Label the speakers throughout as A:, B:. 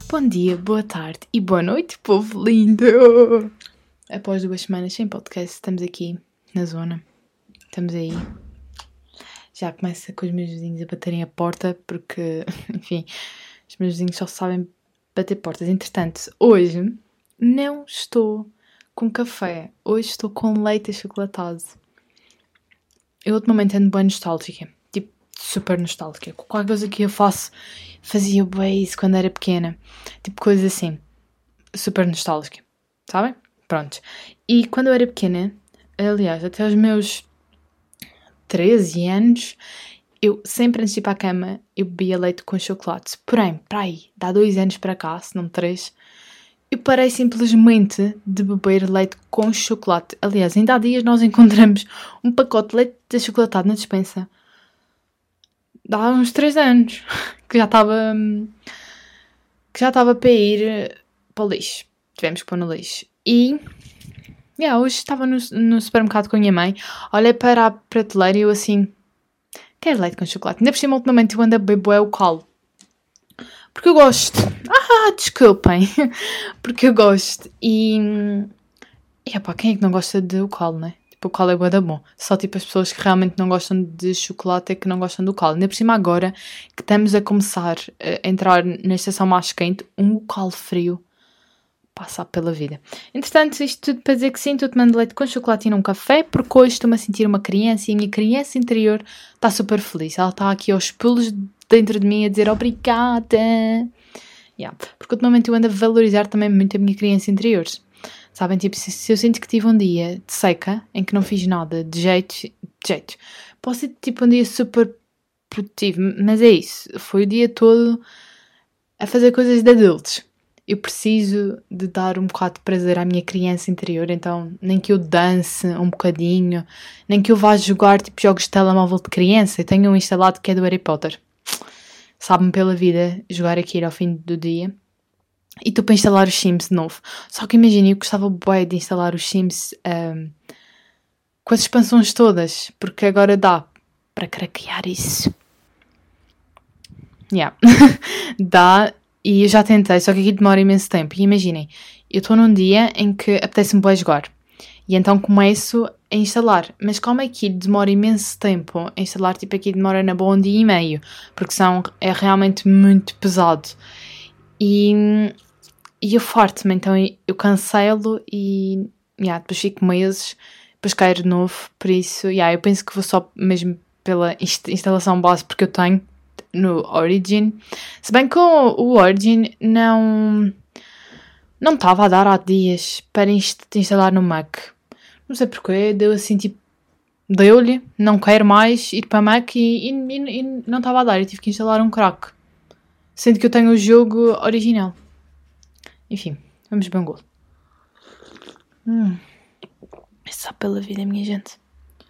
A: Bom dia, boa tarde e boa noite, povo lindo! Após 2 semanas sem podcast, estamos aqui na zona. Estamos aí. Já começa com os meus vizinhos a baterem a porta, porque, enfim, os meus vizinhos só sabem bater portas. Entretanto, hoje não estou com café. Hoje estou com leite achocolatado. Eu ultimamente ando bem nostálgica. Tipo, super nostálgica. Qualquer coisa que eu faço, fazia bem isso quando era pequena. Tipo, coisa assim. Super nostálgica. Sabem? Pronto. E quando eu era pequena, aliás, até os meus 13 anos, eu sempre antes de ir para a cama, eu bebia leite com chocolate. Porém, para aí, dá 2 anos para cá, se não 3, eu parei simplesmente de beber leite com chocolate. Aliás, ainda há dias nós encontramos um pacote de leite achocolatado na despensa. Dá uns 3 anos. Que já estava para ir para o lixo. Tivemos que pôr no lixo. E hoje estava no supermercado com a minha mãe. Olhei para a prateleira e eu assim... Quero leite com chocolate. Ainda por cima, ultimamente, eu ando a beber o calo. Porque eu gosto. Desculpem. Porque eu gosto. E pá, quem é que não gosta de o calo, né? Tipo, o calo é bué da bom. Só tipo as pessoas que realmente não gostam de chocolate é que não gostam do calo. Ainda por cima agora que estamos a começar a entrar na estação mais quente, um calo frio passa pela vida. Entretanto, isto tudo para dizer que sim, estou tomando leite com chocolate e num café, porque hoje estou-me a sentir uma criança e a minha criança interior está super feliz. Ela está aqui aos pulos dentro de mim a dizer obrigada. Porque ultimamente eu ando a valorizar também muito a minha criança interior. Sabem, tipo, se eu sinto que tive um dia de seca, em que não fiz nada, de jeito, posso ter tipo um dia super produtivo, mas é isso, foi o dia todo a fazer coisas de adultos. Eu preciso de dar um bocado de prazer à minha criança interior, então nem que eu dance um bocadinho, nem que eu vá jogar tipo jogos de telemóvel de criança. Eu tenho um instalado que é do Harry Potter. Sabe-me pela vida jogar aqui ao fim do dia. E estou para instalar os Sims de novo. Só que imagina, eu gostava bem de instalar os Sims com as expansões todas, porque agora dá para craquear isso. Dá. E eu já tentei, só que aqui demora imenso tempo. E imaginem, eu estou num dia em que apetece-me bem jogar. E então começo a instalar. Mas como aqui demora imenso tempo a instalar, tipo aqui demora na boa 1 dia e meio. Porque é realmente muito pesado. E eu farto-me, então eu cancelo e depois fico meses, depois caio de novo. Por isso, eu penso que vou só mesmo pela instalação base, porque eu tenho no Origin. Se bem que o Origin não estava a dar há dias para instalar no Mac. Não sei porquê, deu assim tipo, deu-lhe, não quero mais ir para Mac e não estava a dar, eu tive que instalar um crack. Sendo que eu tenho o jogo original. Enfim, vamos bem golo. É só pela vida, minha gente.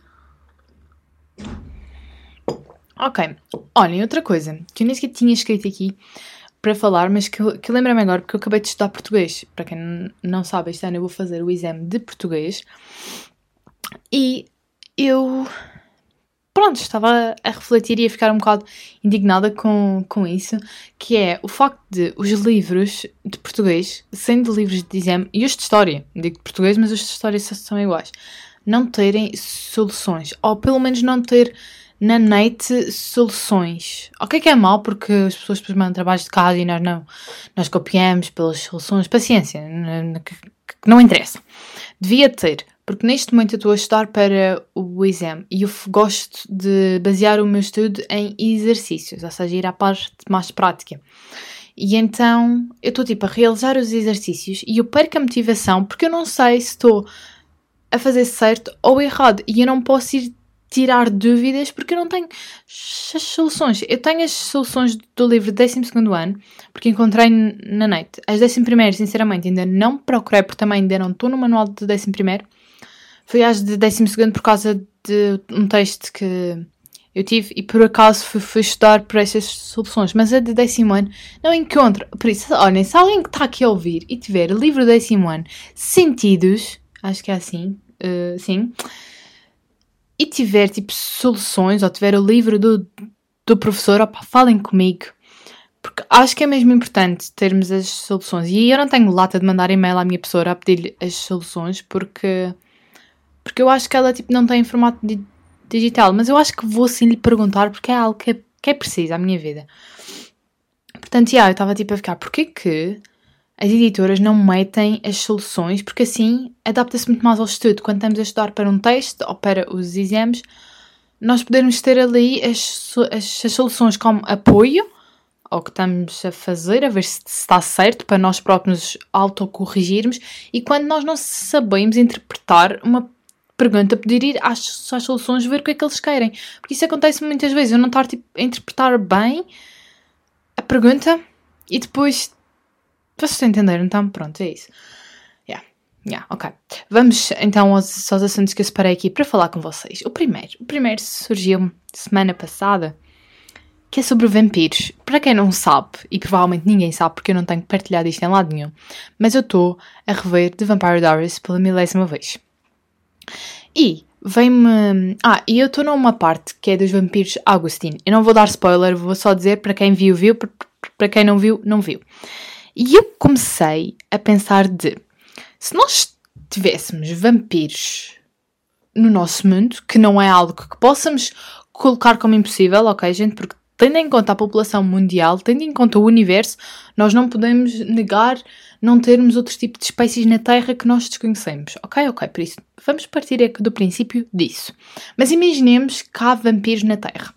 A: Ok, olhem, outra coisa que eu nem sequer tinha escrito aqui para falar, mas que lembro-me agora, porque eu acabei de estudar português. Para quem não sabe, este ano eu vou fazer o exame de português. E eu... estava a refletir e a ficar um bocado indignada com isso, que é o facto de os livros de português, sendo livros de exame, e os de história, digo de português, mas os de história são iguais, não terem soluções, ou pelo menos não ter na net soluções. Ok que é mau, porque as pessoas depois mandam trabalhos de casa e nós copiamos pelas soluções, paciência, que não interessa. Devia ter. Porque neste momento eu estou a estudar para o exame e eu gosto de basear o meu estudo em exercícios, ou seja, ir à parte mais prática. E então eu estou tipo a realizar os exercícios e eu perco a motivação porque eu não sei se estou a fazer certo ou errado. E eu não posso ir tirar dúvidas porque eu não tenho as soluções. Eu tenho as soluções do livro de 12º ano, porque encontrei na net. As 11º, sinceramente, ainda não procurei, porque também ainda não estou no manual de 11º. Foi às de 12º por causa de um texto que eu tive e por acaso fui estudar por essas soluções. Mas a de 10º ano não encontro. Por isso, olhem, se alguém que está aqui a ouvir e tiver o livro do 10º ano, Sentidos, acho que é assim, sim, e tiver tipo soluções, ou tiver o livro do professor, falem comigo. Porque acho que é mesmo importante termos as soluções. E eu não tenho lata de mandar e-mail à minha professora a pedir-lhe as soluções, porque eu acho que ela tipo, não tem formato digital. Mas eu acho que vou sim lhe perguntar, porque é algo que é preciso à minha vida. Portanto, eu estava tipo a ficar, porquê que as editoras não metem as soluções? Porque assim adapta-se muito mais ao estudo. Quando estamos a estudar para um texto ou para os exames, nós podemos ter ali as soluções como apoio ao que estamos a fazer, a ver se está certo, para nós próprios autocorrigirmos. E quando nós não sabemos interpretar uma pergunta, poder ir às soluções, ver o que é que eles querem. Porque isso acontece muitas vezes, eu não estar tipo, a interpretar bem a pergunta e depois... Vocês entenderam? Então, pronto, é isso. Ok. Vamos então aos assuntos que eu separei aqui para falar com vocês. O primeiro surgiu semana passada, que é sobre vampiros. Para quem não sabe, e provavelmente ninguém sabe porque eu não tenho partilhado isto em lado nenhum, mas eu estou a rever The Vampire Diaries pela 1000ª vez. E vem-me... e eu estou numa parte que é dos vampiros Augustine. Eu não vou dar spoiler, vou só dizer para quem viu, para quem não viu, não viu. E eu comecei a pensar se nós tivéssemos vampiros no nosso mundo, que não é algo que possamos colocar como impossível, ok, gente? Porque tendo em conta a população mundial, tendo em conta o universo, nós não podemos negar não termos outro tipo de espécies na Terra que nós desconhecemos. Ok, por isso vamos partir do princípio disso. Mas imaginemos que há vampiros na Terra.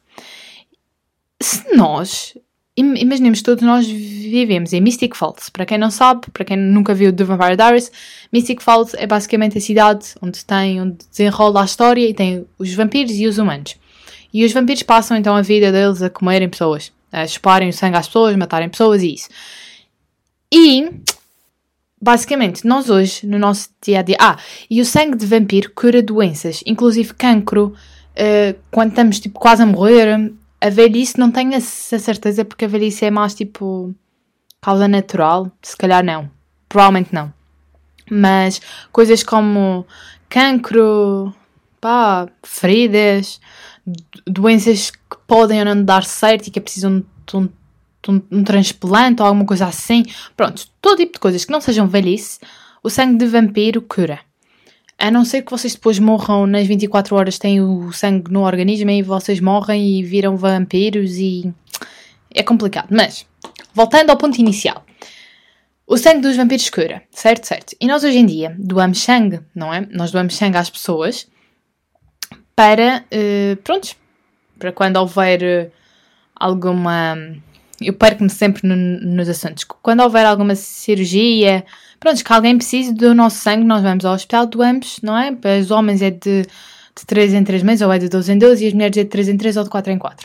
A: Se nós... Imaginemos todos nós vivemos em Mystic Falls. Para quem não sabe, para quem nunca viu The Vampire Diaries, Mystic Falls é basicamente a cidade onde desenrola a história e tem os vampiros e os humanos. E os vampiros passam então a vida deles a comerem pessoas, a chuparem o sangue às pessoas, matarem pessoas e isso. E, basicamente, nós hoje, no nosso dia-a-dia... e o sangue de vampiro cura doenças, inclusive cancro, quando estamos tipo, quase a morrer... A velhice não tenho a certeza, porque a velhice é mais tipo causa natural. Se calhar não. Provavelmente não. Mas coisas como cancro, feridas, doenças que podem ou não dar certo e que precisam de um transplante ou alguma coisa assim. Pronto, todo tipo de coisas que não sejam velhice, o sangue de vampiro cura. A não ser que vocês depois morram nas 24 horas, têm o sangue no organismo e vocês morrem e viram vampiros e... é complicado. Mas, voltando ao ponto inicial. O sangue dos vampiros cura, certo? E nós hoje em dia doamos sangue, não é? Nós doamos sangue às pessoas para, para quando houver alguma... Eu perco-me sempre nos assuntos. Quando houver alguma cirurgia... que alguém precise do nosso sangue, nós vamos ao hospital, doamos, não é? Para os homens é de 3 em 3 meses, ou é de 12 em 12, e as mulheres é de 3 em 3 ou de 4 em 4.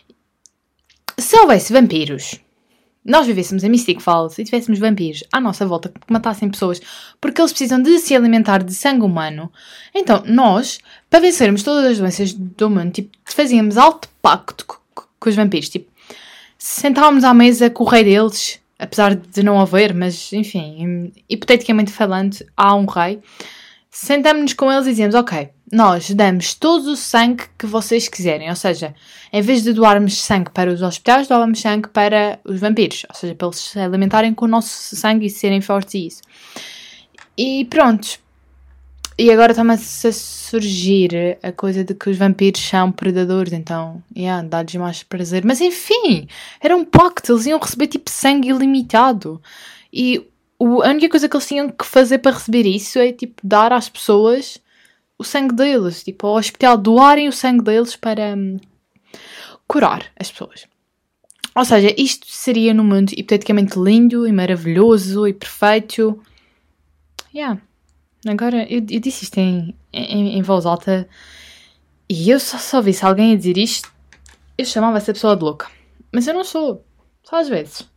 A: Se houvesse vampiros, nós vivêssemos em Mystic Falls e tivéssemos vampiros à nossa volta que matassem pessoas porque eles precisam de se alimentar de sangue humano, então nós, para vencermos todas as doenças do mundo, tipo, fazíamos alto pacto com os vampiros, tipo, sentávamos à mesa com o rei deles... Apesar de não haver, mas enfim, hipoteticamente falando, há um rei. Sentamos-nos com eles e dizemos, ok, nós damos todo o sangue que vocês quiserem. Ou seja, em vez de doarmos sangue para os hospitais, doamos sangue para os vampiros. Ou seja, para eles se alimentarem com o nosso sangue e serem fortes e isso. E pronto. E agora está-me a surgir a coisa de que os vampiros são predadores, então, dá-lhes mais prazer. Mas enfim, era um pacto, eles iam receber tipo sangue ilimitado. E a única coisa que eles tinham que fazer para receber isso é tipo dar às pessoas o sangue deles, tipo ao hospital, doarem o sangue deles para curar as pessoas. Ou seja, isto seria num mundo hipoteticamente lindo e maravilhoso e perfeito. Agora, eu disse isto em voz alta e eu só vi se alguém a dizer isto, eu chamava essa pessoa de louca. Mas eu não sou. Só às vezes.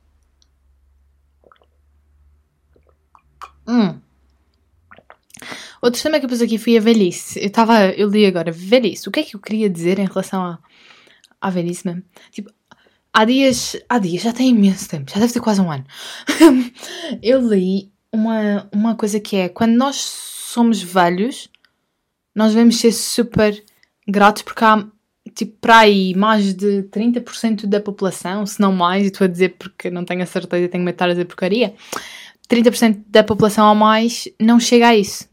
A: Outro tema que eu pus aqui foi a velhice. Eu li agora, velhice. O que é que eu queria dizer em relação à velhice mesmo? Tipo, há dias, já tem imenso tempo, já deve ter quase um ano. Eu li uma coisa que é, quando nós somos velhos, nós devemos ser super gratos porque há tipo, para aí, mais de 30% da população, se não mais, e estou a dizer porque não tenho a certeza, tenho medo de estar a dizer porcaria, 30% da população ou mais não chega a isso.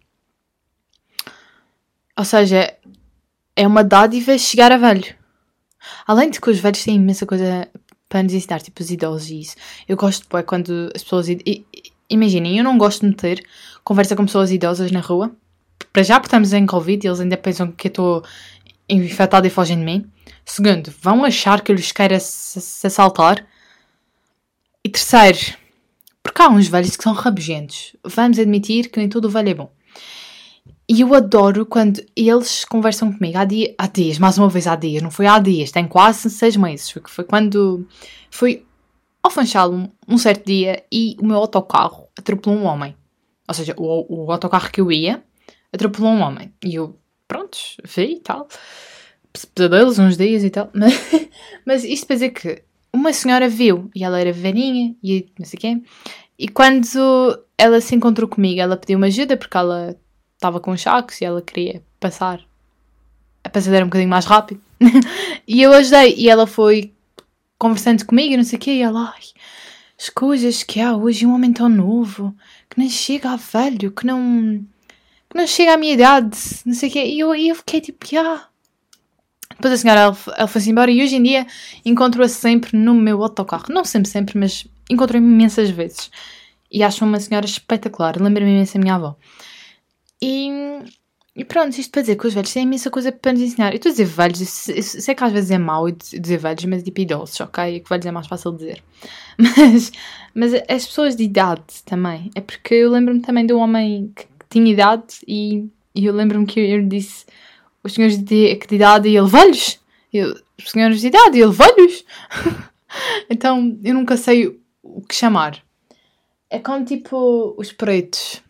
A: Ou seja, é uma dádiva chegar a velho. Além de que os velhos têm imensa coisa para nos ensinar, tipo os idosos e isso. Eu gosto, é quando as pessoas... Imaginem, eu não gosto de meter conversa com pessoas idosas na rua. Para já, porque estamos em Covid e eles ainda pensam que eu estou infectada e fogem de mim. Segundo, vão achar que eu lhes quero se assaltar. E terceiro, porque há uns velhos que são rabugentos. Vamos admitir que nem todo velho é bom. E eu adoro quando eles conversam comigo há dias, mais uma vez há dias, não foi há dias, tem quase 6 meses. Foi quando fui ao Funchal um certo dia e o meu autocarro atropelou um homem. Ou seja, o autocarro que eu ia atropelou um homem. E eu, prontos, vi e tal. Pesadelos uns dias e tal. Mas isto para dizer que uma senhora viu, e ela era velhinha, e não sei o quê. E quando ela se encontrou comigo, ela pediu-me ajuda porque ela estava com choques e ela queria passar a passadeira um bocadinho mais rápido. E eu ajudei. E ela foi conversando comigo e não sei o quê. E ela, ai, as coisas que há hoje, um homem tão novo, que nem chega a velho, que não chega à minha idade, não sei o quê. E eu fiquei tipo, Depois a senhora, ela foi-se embora e hoje em dia encontro-a sempre no meu autocarro. Não sempre, mas encontro-a imensas vezes. E acho uma senhora espetacular. Lembro-me imenso da minha avó. E pronto, isto para dizer que os velhos têm imensa coisa para nos ensinar. Eu estou a dizer velhos, sei que às vezes é mau dizer velhos, mas tipo idosos, ok? E que velhos é mais fácil de dizer. Mas as pessoas de idade também. É porque eu lembro-me também de um homem que tinha idade e eu lembro-me que eu disse os senhores de idade e ele velhos. Os senhores de idade e ele velhos. Então eu nunca sei o que chamar. É como tipo os pretos.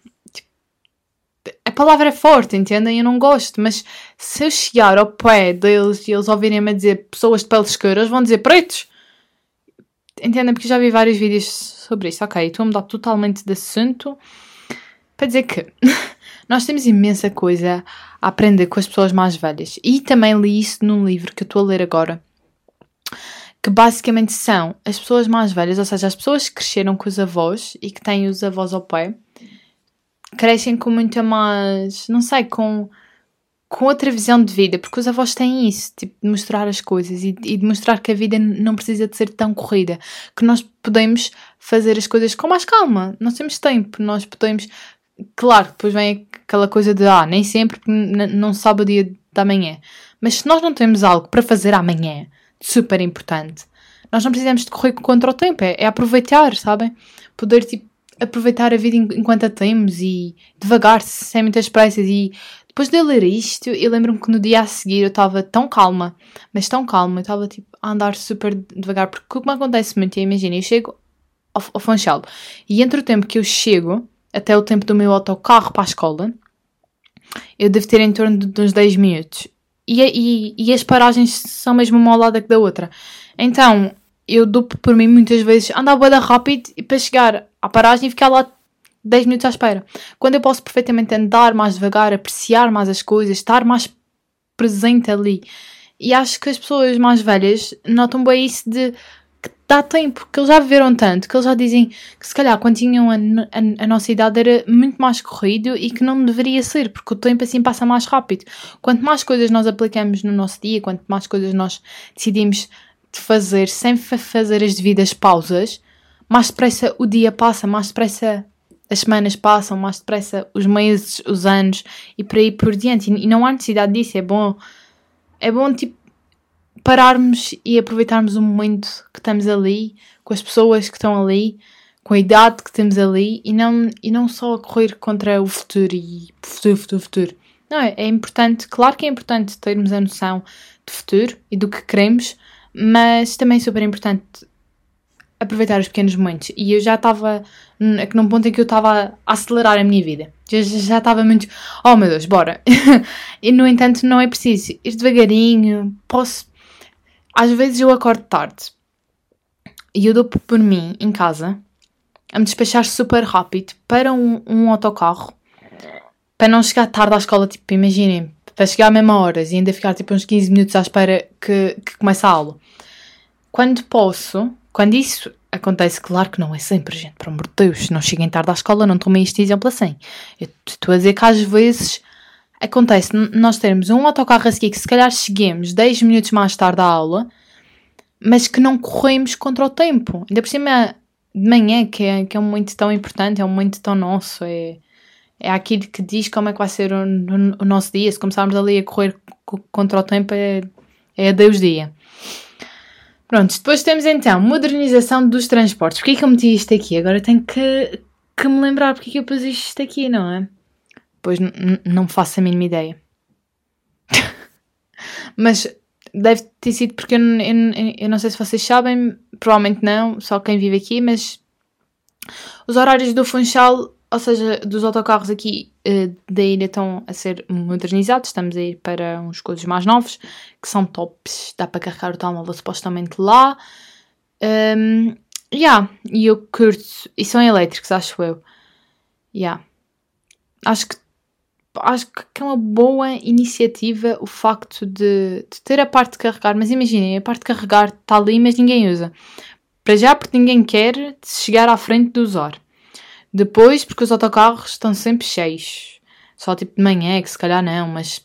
A: A palavra é forte, entendem? Eu não gosto, mas se eu chegar ao pé deles e eles ouvirem-me a dizer pessoas de pele escura, eles vão dizer pretos. Entendem? Porque eu já vi vários vídeos sobre isso. Ok, estou a mudar totalmente de assunto para dizer que nós temos imensa coisa a aprender com as pessoas mais velhas. E também li isso num livro que eu estou a ler agora, que basicamente são as pessoas mais velhas, ou seja, as pessoas que cresceram com os avós e que têm os avós ao pé, crescem com muita mais, não sei, com outra visão de vida, porque os avós têm isso, tipo, de mostrar as coisas e de mostrar que a vida não precisa de ser tão corrida, que nós podemos fazer as coisas com mais calma, nós temos tempo, nós podemos, claro, depois vem aquela coisa de, nem sempre, não se sabe o dia da manhã, mas se nós não temos algo para fazer amanhã, super importante, nós não precisamos de correr contra o tempo, é aproveitar, sabem? Poder, tipo, aproveitar a vida enquanto a temos e devagar, sem muitas pressas. E depois de eu ler isto, eu lembro-me que no dia a seguir eu estava tão calma, mas tão calma, eu estava tipo a andar super devagar, porque o que me acontece muito, imagina, eu chego ao Funchal e entre o tempo que eu chego até o tempo do meu autocarro para a escola, eu devo ter em torno de uns 10 minutos. E as paragens são mesmo uma ao lado da outra. Então, eu dou por mim muitas vezes andar bué rápido e para chegar à paragem e ficar lá 10 minutos à espera. Quando eu posso perfeitamente andar mais devagar, apreciar mais as coisas, estar mais presente ali. E acho que as pessoas mais velhas notam bem isso de que dá tempo, que eles já viveram tanto, que eles já dizem que se calhar quando tinham a nossa idade era muito mais corrido e que não deveria ser, porque o tempo assim passa mais rápido. Quanto mais coisas nós aplicamos no nosso dia, quanto mais coisas nós decidimos de fazer sem fazer as devidas pausas, mais depressa o dia passa, mais depressa as semanas passam, mais depressa os meses, os anos e por aí por diante. E não há necessidade disso. É bom tipo, pararmos e aproveitarmos o momento que estamos ali, com as pessoas que estão ali, com a idade que temos ali e não só a correr contra o futuro e futuro. Não, é importante, claro que é importante termos a noção do futuro e do que queremos, mas também é super importante aproveitar os pequenos momentos. E eu já estava num ponto em que eu estava a acelerar a minha vida. Já estava muito, oh meu Deus, bora. E no entanto não é preciso ir devagarinho. Às vezes eu acordo tarde e eu dou por mim em casa a me despachar super rápido para um autocarro, para não chegar tarde à escola. Tipo, imaginem, para chegar à mesma horas e ainda ficar tipo uns 15 minutos à espera que comece a aula. Quando isso acontece, claro que não é sempre, gente, por amor de Deus, não cheguem tarde à escola, não tomem este exemplo assim. Eu estou a dizer que às vezes acontece nós termos um autocarro a seguir que se calhar cheguemos 10 minutos mais tarde à aula, mas que não corremos contra o tempo. Ainda por cima de manhã, que é um momento tão importante, é um momento tão nosso, é aquilo que diz como é que vai ser o nosso dia. Se começarmos ali a correr contra o tempo, é adeus dia. Pronto, depois temos então modernização dos transportes. Porquê que eu meti isto aqui? Agora tenho que me lembrar porque que eu pus isto aqui, não é? Pois não faço a mínima ideia. Mas deve ter sido porque eu não sei se vocês sabem, provavelmente não, só quem vive aqui, mas os horários do Funchal, ou seja, dos autocarros aqui da ilha estão a ser modernizados. Estamos a ir para uns coisas mais novos, que são tops. Dá para carregar o telemóvel supostamente lá. E eu curto. E são elétricos, acho eu. Acho que é uma boa iniciativa o facto de ter a parte de carregar. Mas imaginem, a parte de carregar está ali, mas ninguém usa. Para já, porque ninguém quer chegar à frente de usar. Depois, porque os autocarros estão sempre cheios. Só tipo de manhã, que se calhar não, mas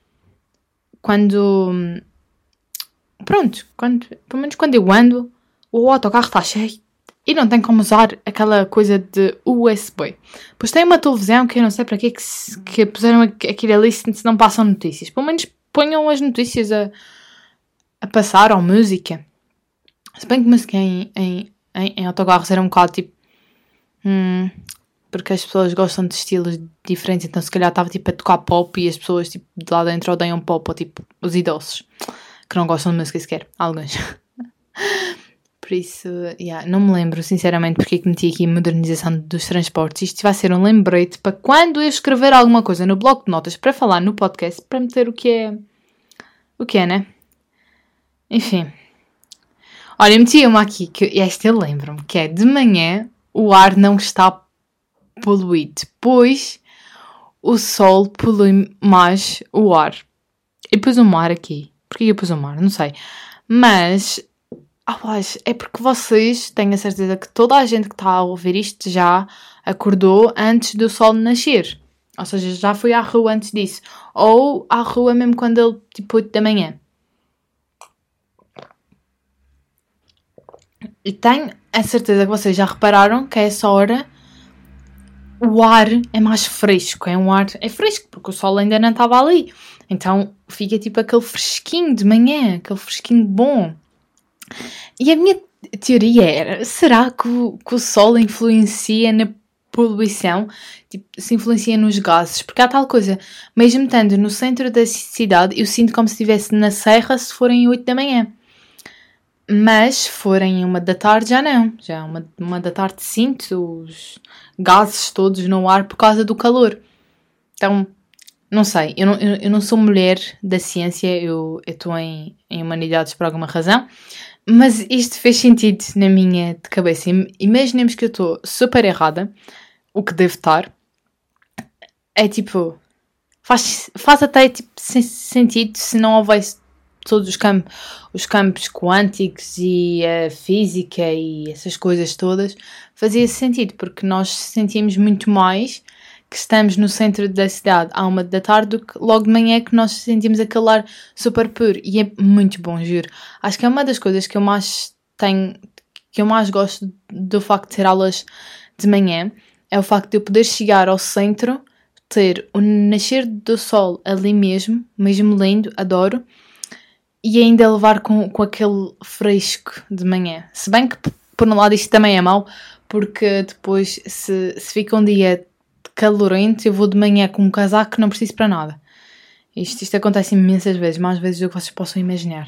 A: pelo menos quando eu ando, o autocarro está cheio e não tem como usar aquela coisa de USB. Pois tem uma televisão que eu não sei para que puseram aquilo ali se não passam notícias. Pelo menos ponham as notícias a passar, ou música. Se bem que música em autocarros era um bocado tipo... porque as pessoas gostam de estilos diferentes, então se calhar estava tipo a tocar pop e as pessoas tipo de lá dentro odeiam pop, ou tipo os idosos que não gostam de música sequer, alguns. Por isso, não me lembro sinceramente porque é que meti aqui a modernização dos transportes. Isto vai ser um lembrete para quando eu escrever alguma coisa no bloco de notas para falar no podcast, para meter o que é, né? Enfim. Olha, eu meti uma aqui, que esta eu lembro-me, que é de manhã o ar não está poluído, pois o sol polui mais o ar. Eu pus o mar aqui. Porquê eu pus o mar? Não sei. Mas é porque vocês, tenho a certeza que toda a gente que está a ouvir isto já acordou antes do sol nascer. Ou seja, já foi à rua antes disso. Ou à rua mesmo quando ele, tipo 8 da manhã. E tenho a certeza que vocês já repararam que a essa hora o ar é mais fresco. É fresco porque o sol ainda não estava ali. Então fica tipo aquele fresquinho de manhã, aquele fresquinho bom. E a minha teoria era, será que o sol influencia na poluição? Tipo, se influencia nos gases? Porque há tal coisa, mesmo estando no centro da cidade, eu sinto como se estivesse na serra se forem 8 da manhã. Mas se forem 1 da tarde já não. Já 1 da tarde sinto os gases todos no ar por causa do calor. Então, não sei. Eu não sou mulher da ciência. Eu estou em humanidades por alguma razão. Mas isto fez sentido na minha cabeça. Imaginemos que eu estou super errada. O que devo estar. É tipo... Faz até tipo, sentido se não houvesse todos os campos quânticos e a física e essas coisas todas. Fazia sentido, porque nós sentimos muito mais que estamos no centro da cidade à 1 da tarde do que logo de manhã que nós sentimos aquele ar super puro. E é muito bom, juro. Acho que é uma das coisas que eu mais gosto do facto de ter aulas de manhã, é o facto de eu poder chegar ao centro, ter o nascer do sol ali mesmo lindo, adoro, e ainda levar com aquele fresco de manhã. Se bem que, por um lado, isto também é mau, porque depois, se fica um dia calorento, eu vou de manhã com um casaco que não preciso para nada. Isto acontece imensas vezes, mais vezes do que vocês possam imaginar.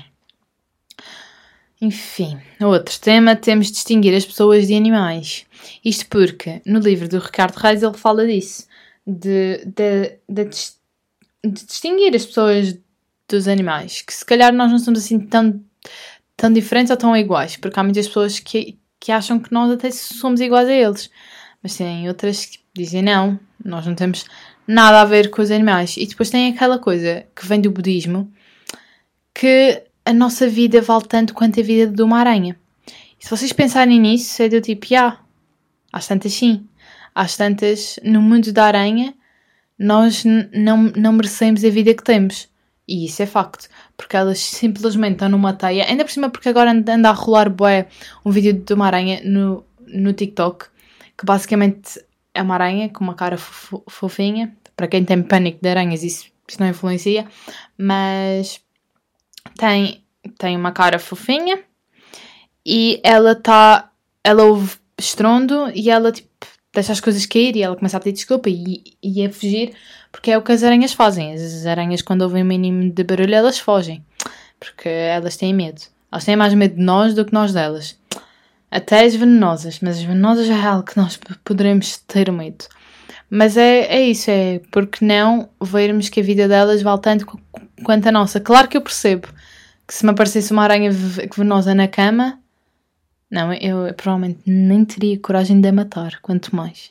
A: Enfim, outro tema, temos de distinguir as pessoas de animais. Isto porque, no livro do Ricardo Reis, ele fala disso, de distinguir as pessoas dos animais, que se calhar nós não somos assim tão diferentes ou tão iguais, porque há muitas pessoas que acham que nós até somos iguais a eles, mas tem outras que dizem não, nós não temos nada a ver com os animais. E depois tem aquela coisa que vem do budismo, que a nossa vida vale tanto quanto a vida de uma aranha. E se vocês pensarem nisso, é do tipo, às tantas sim. Às tantas, no mundo da aranha, nós não merecemos a vida que temos. E isso é facto. Porque elas simplesmente estão numa teia. Ainda por cima porque agora anda a rolar bué um vídeo de uma aranha no TikTok. Que basicamente é uma aranha com uma cara fofinha. Para quem tem pânico de aranhas isso não influencia. Mas tem uma cara fofinha. E ela ouve estrondo e ela tipo deixa as coisas cair e ela começa a pedir desculpa e a fugir, porque é o que as aranhas fazem. As aranhas, quando ouvem o mínimo de barulho, elas fogem, porque elas têm medo. Elas têm mais medo de nós do que nós delas. Até as venenosas, mas as venenosas é algo que nós poderemos ter medo. Mas é isso, é porque não vermos que a vida delas vale tanto quanto a nossa. Claro que eu percebo que se me aparecesse uma aranha venenosa na cama, não, eu provavelmente nem teria coragem de a matar, quanto mais.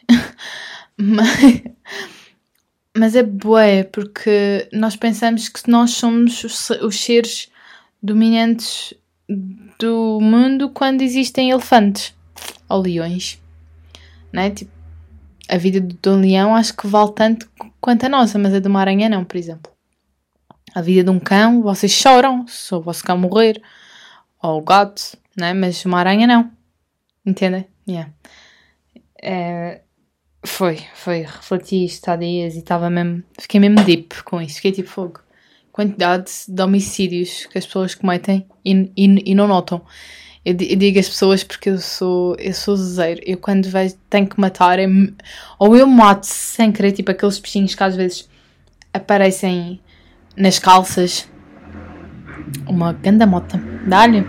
A: Mas é bué, porque nós pensamos que nós somos os seres dominantes do mundo quando existem elefantes ou leões, não é? Tipo, a vida de um leão acho que vale tanto quanto a nossa, mas a de uma aranha não, por exemplo. A vida de um cão, vocês choram se o vosso cão morrer, ou o gato, não é? Mas uma aranha não. Entendem? Yeah. Refleti isto há dias e fiquei mesmo deep com isso. Fiquei tipo fogo. Quantidade de homicídios que as pessoas cometem e não notam. Eu digo as pessoas porque eu sou zero. Eu quando vejo tenho que matar, ou eu mato sem querer, tipo aqueles peixinhos que às vezes aparecem nas calças. Uma ganda mota. Dá-lhe.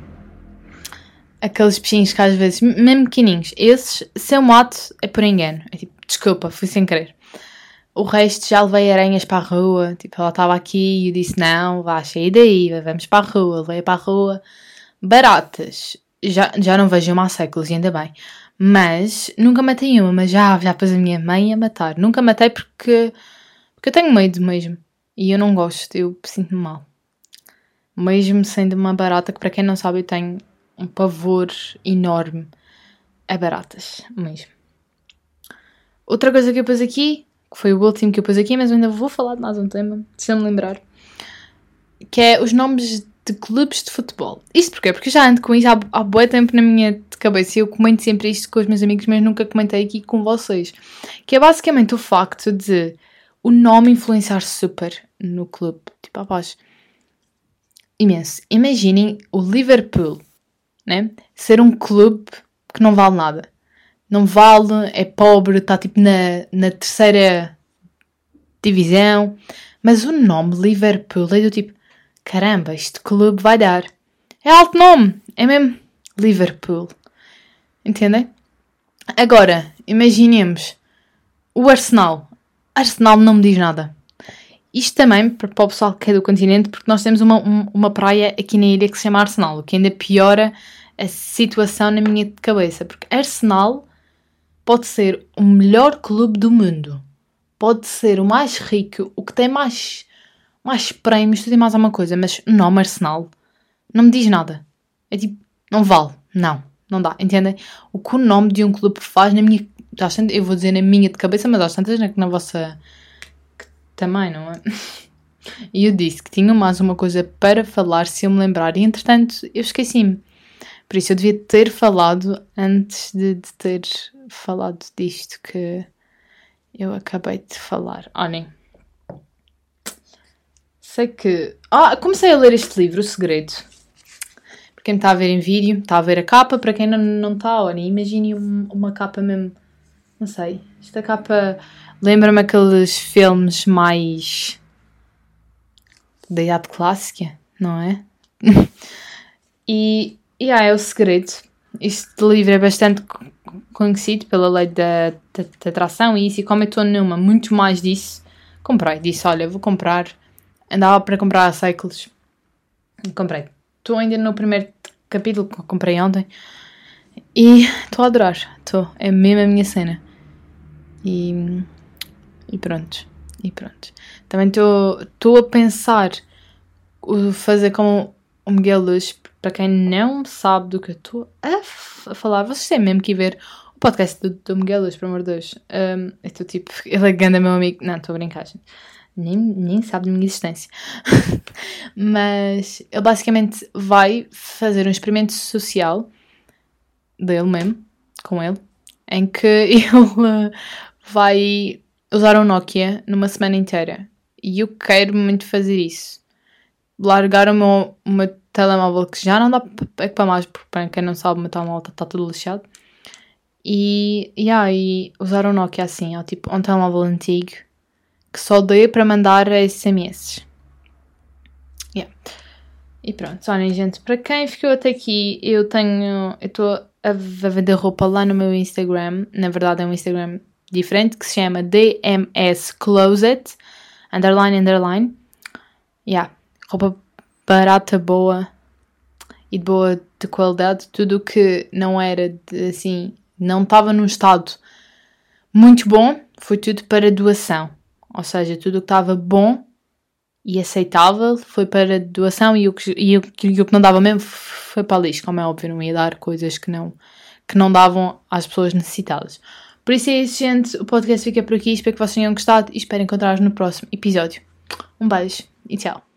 A: Aqueles peixinhos que às vezes, mesmo pequeninhos, esses, se eu mato, é por engano. É tipo, desculpa, fui sem querer. O resto já levei aranhas para a rua. Tipo, ela estava aqui e eu disse, não, vá, sair daí, vamos para a rua. Levei para a rua. Baratas. Já não vejo uma há séculos, e ainda bem. Mas, nunca matei uma, mas já pus a minha mãe a matar. Nunca matei porque eu tenho medo mesmo. E eu não gosto, eu sinto-me mal. Mesmo sendo uma barata, que para quem não sabe eu tenho um pavor enorme a baratas, mesmo. Outra coisa que eu pus aqui, que foi o último que eu pus aqui, mas eu ainda vou falar de mais um tema, se eu me lembrar, que é os nomes de clubes de futebol. Isto porquê? Porque eu já ando com isso há bué tempo na minha cabeça e eu comento sempre isto com os meus amigos, mas nunca comentei aqui com vocês. Que é basicamente o facto de o nome influenciar super no clube. Tipo, rapaz, imenso. Imaginem o Liverpool, né? Ser um clube que não vale nada. Não vale, é pobre, está tipo na terceira divisão. Mas o nome Liverpool é do tipo, caramba, este clube vai dar. É alto nome, é mesmo Liverpool. Entendem? Agora, imaginemos o Arsenal. Arsenal não me diz nada. Isto também para o pessoal que é do continente, porque nós temos uma praia aqui na ilha que se chama Arsenal, o que ainda piora a situação na minha cabeça, porque Arsenal pode ser o melhor clube do mundo, pode ser o mais rico, o que tem mais prémios, tudo e mais alguma coisa, mas o nome Arsenal não me diz nada. É tipo, não vale, não dá, entendem? O que o nome de um clube faz na minha, eu vou dizer na minha de cabeça, mas às tantas na vossa também, não é? E eu disse que tinha mais uma coisa para falar se eu me lembrar. E entretanto eu esqueci-me. Por isso eu devia ter falado antes de ter falado disto que eu acabei de falar. Olhem. Sei que... comecei a ler este livro, O Segredo. Para quem está a ver em vídeo, está a ver a capa. Para quem não está, olhem, imagine uma capa mesmo... Não sei. Esta capa... Lembra-me aqueles filmes mais da idade clássica, não é? E é O Segredo. Este livro é bastante conhecido pela lei da atração e isso. E como eu estou numa muito mais disso, comprei. Disse, olha, vou comprar. Andava para comprar há séculos. Comprei. Estou ainda no primeiro capítulo que comprei ontem. E estou a adorar. É mesmo a minha cena. E E pronto. Também estou a pensar fazer como o Miguel Luz. Para quem não sabe do que eu estou a falar, vocês têm mesmo que ir ver o podcast do Miguel Luz, pelo amor de Deus. Eu estou tipo, ele é grande meu amigo. Não, estou a brincar, gente. Nem sabe da minha existência. Mas ele basicamente vai fazer um experimento social dele mesmo, com ele, em que ele vai usar um Nokia numa semana inteira. E eu quero muito fazer isso. Largar o meu telemóvel, que já não dá para mais, porque para quem não sabe, o meu telemóvel está todo lixado. E usar um Nokia assim, tipo um telemóvel antigo, que só dê para mandar SMS. E pronto, olhem, gente, para quem ficou até aqui, eu estou a vender roupa lá no meu Instagram. Na verdade é um Instagram diferente, que se chama DMS Closet __. Roupa barata, boa e de qualidade. Tudo que não era assim, não estava num estado muito bom, foi tudo para doação. Ou seja, tudo que estava bom e aceitável foi para doação, e o que não dava mesmo foi para lixo. Como é óbvio, não ia dar coisas que não davam às pessoas necessitadas. Por isso é isso, gente. O podcast fica por aqui. Espero que vocês tenham gostado e espero encontrar-vos no próximo episódio. Um beijo e tchau.